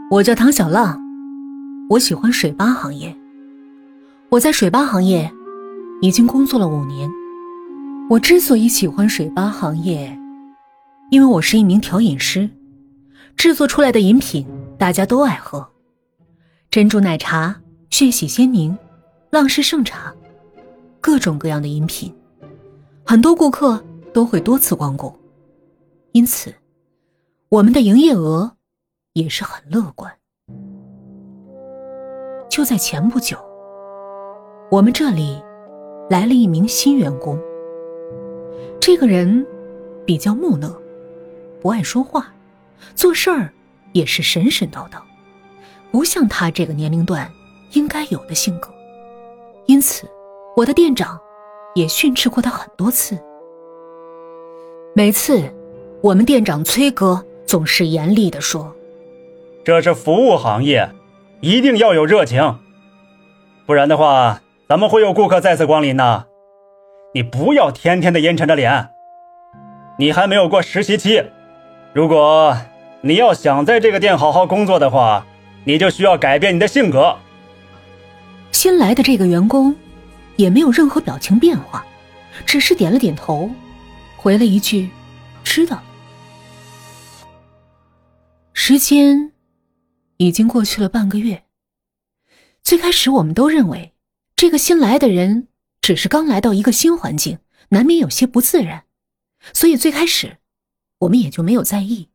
我叫唐小浪，我喜欢水吧行业。我在水吧行业已经工作了5年。我之所以喜欢水吧行业，因为我是一名调饮师，制作出来的饮品大家都爱喝。珍珠奶茶、炫喜鲜柠、浪氏圣茶，各种各样的饮品，很多顾客都会多次光顾，因此我们的营业额也是很乐观。就在前不久，我们这里来了一名新员工。这个人比较木讷，不爱说话，做事儿也是神神叨叨，不像他这个年龄段应该有的性格。因此我的店长也训斥过他很多次。每次我们店长崔哥总是严厉地说， 这是服务行业，一定要有热情，不然的话咱们会有顾客再次光临呢。你不要天天的阴沉着脸，你还没有过实习期，如果你要想在这个店好好工作的话，你就需要改变你的性格。 新来的这个员工也没有任何表情变化，只是点了点头，回了一句知道了。时间已经过去了半个月。最开始我们都认为这个新来的人只是刚来到一个新环境，难免有些不自然，所以最开始我们也就没有在意。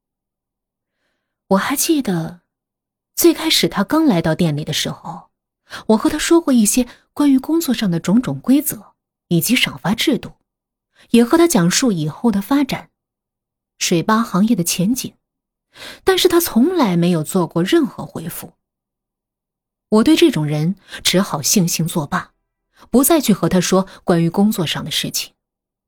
我还记得最开始他刚来到店里的时候，我和他说过一些关于工作上的种种规则以及赏罚制度，也和他讲述以后的发展，水吧行业的前景，但是他从来没有做过任何回复。我对这种人只好悻悻作罢，不再去和他说关于工作上的事情。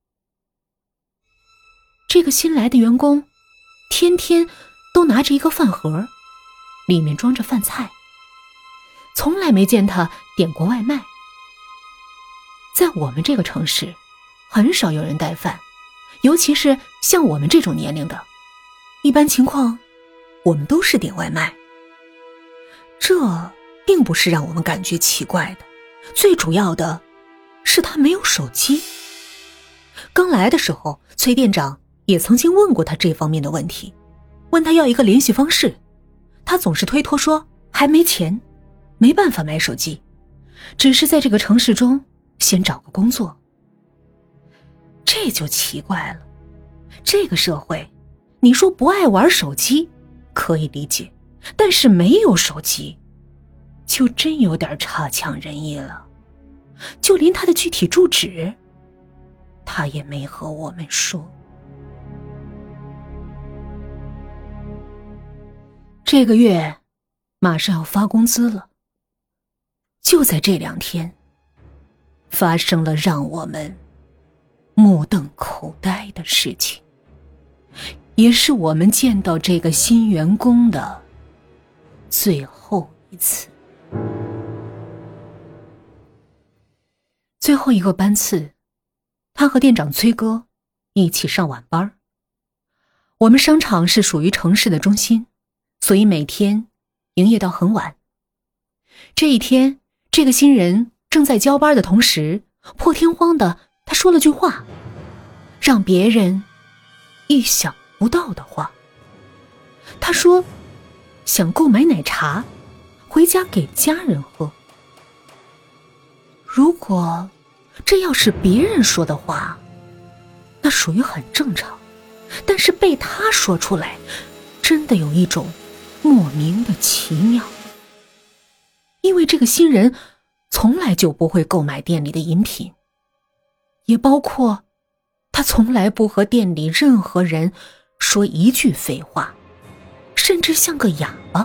这个新来的员工天天都拿着一个饭盒，里面装着饭菜，从来没见他点过外卖。在我们这个城市很少有人带饭，尤其是像我们这种年龄的，一般情况我们都是点外卖。这并不是让我们感觉奇怪的，最主要的是他没有手机。刚来的时候，崔店长也曾经问过他这方面的问题，问他要一个联系方式，他总是推脱说还没钱，没办法买手机，只是在这个城市中先找个工作。这就奇怪了，这个社会你说不爱玩手机可以理解，但是没有手机就真有点差强人意了。就连他的具体住址他也没和我们说。这个月马上要发工资了，就在这2天发生了让我们目瞪口呆的事情，也是我们见到这个新员工的最后一次。最后一个班次，他和店长崔哥一起上晚班。我们商场是属于城市的中心，所以每天营业到很晚。这一天，这个新人正在交班的同时，破天荒的他说了句话，让别人意想不到的话。他说想购买奶茶回家给家人喝。如果这要是别人说的话，那属于很正常，但是被他说出来，真的有一种莫名的奇妙。因为这个新人从来就不会购买店里的饮品，也包括他从来不和店里任何人说一句废话，甚至像个哑巴。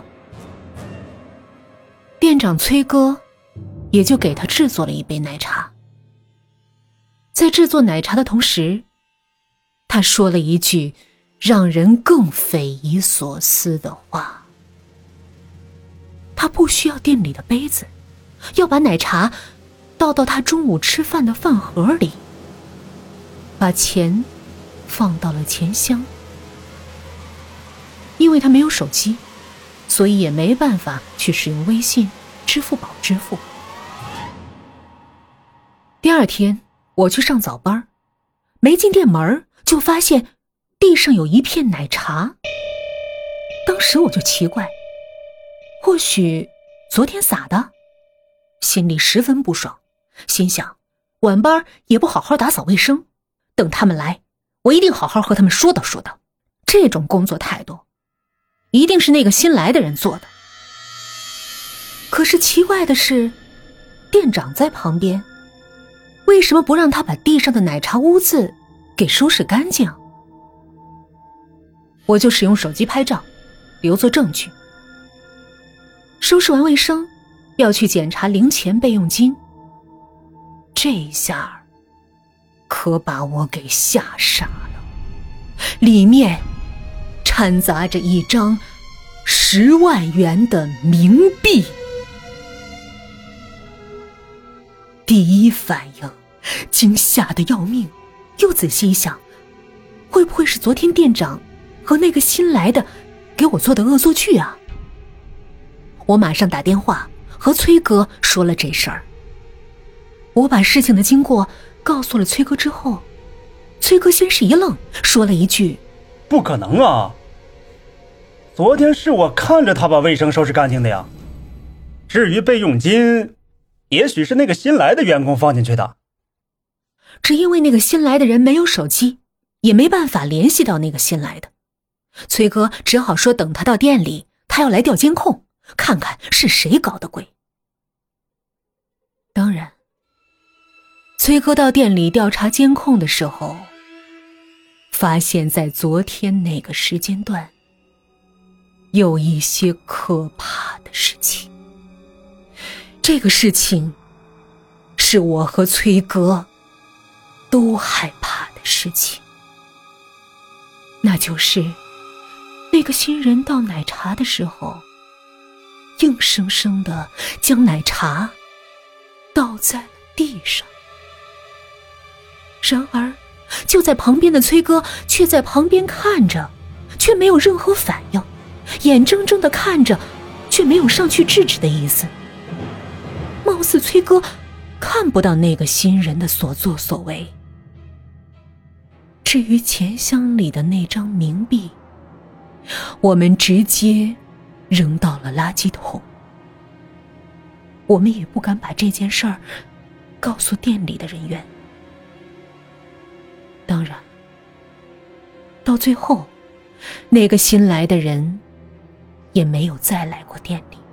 店长崔哥也就给他制作了一杯奶茶。在制作奶茶的同时，他说了一句让人更匪夷所思的话。他不需要店里的杯子，要把奶茶倒到他中午吃饭的饭盒里，把钱放到了钱箱。因为他没有手机， 所以也没办法去使用微信、支付宝支付。第二天我去上早班，没进店门就发现地上有一片奶茶。当时我就奇怪，或许昨天撒的，心里十分不爽，心想晚班也不好好打扫卫生，等他们来，我一定好好和他们说道说道。这种工作态度一定是那个新来的人做的。可是奇怪的是，店长在旁边，为什么不让他把地上的奶茶污渍给收拾干净？我就使用手机拍照留作证据。收拾完卫生，要去检查零钱备用金。这一下可把我给吓傻了，里面掺杂着一张10万元的冥币。第一反应惊吓得要命，又仔细一想，会不会是昨天店长和那个新来的给我做的恶作剧啊？我马上打电话和崔哥说了这事儿。我把事情的经过告诉了崔哥之后，崔哥先是一愣，说了一句： 不可能啊，昨天是我看着他把卫生收拾干净的呀。至于备用金，也许是那个新来的员工放进去的。 只因为那个新来的人没有手机，也没办法联系到那个新来的，崔哥只好说等他到店里，他要来调监控，看看是谁搞的鬼。当然，崔哥到店里调查监控的时候，发现在昨天那个时间段有一些可怕的事情。这个事情是我和崔哥都害怕的事情，那就是那个新人倒奶茶的时候，硬生生地将奶茶倒在了地上。然而就在旁边的崔哥却在旁边看着，却没有任何反应，眼睁睁地看着，却没有上去制止的意思。貌似崔哥看不到那个新人的所作所为。至于钱箱里的那张冥币，我们直接扔到了垃圾桶。我们也不敢把这件事儿告诉店里的人员。当然，到最后，那个新来的人也没有再来过店里。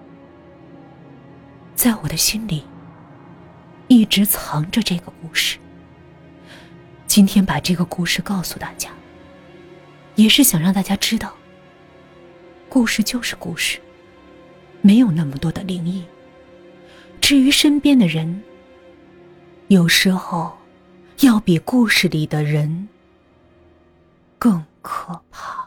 在我的心里，一直藏着这个故事。今天把这个故事告诉大家，也是想让大家知道，故事就是故事，没有那么多的灵异。至于身边的人，有时候要比故事里的人更可怕。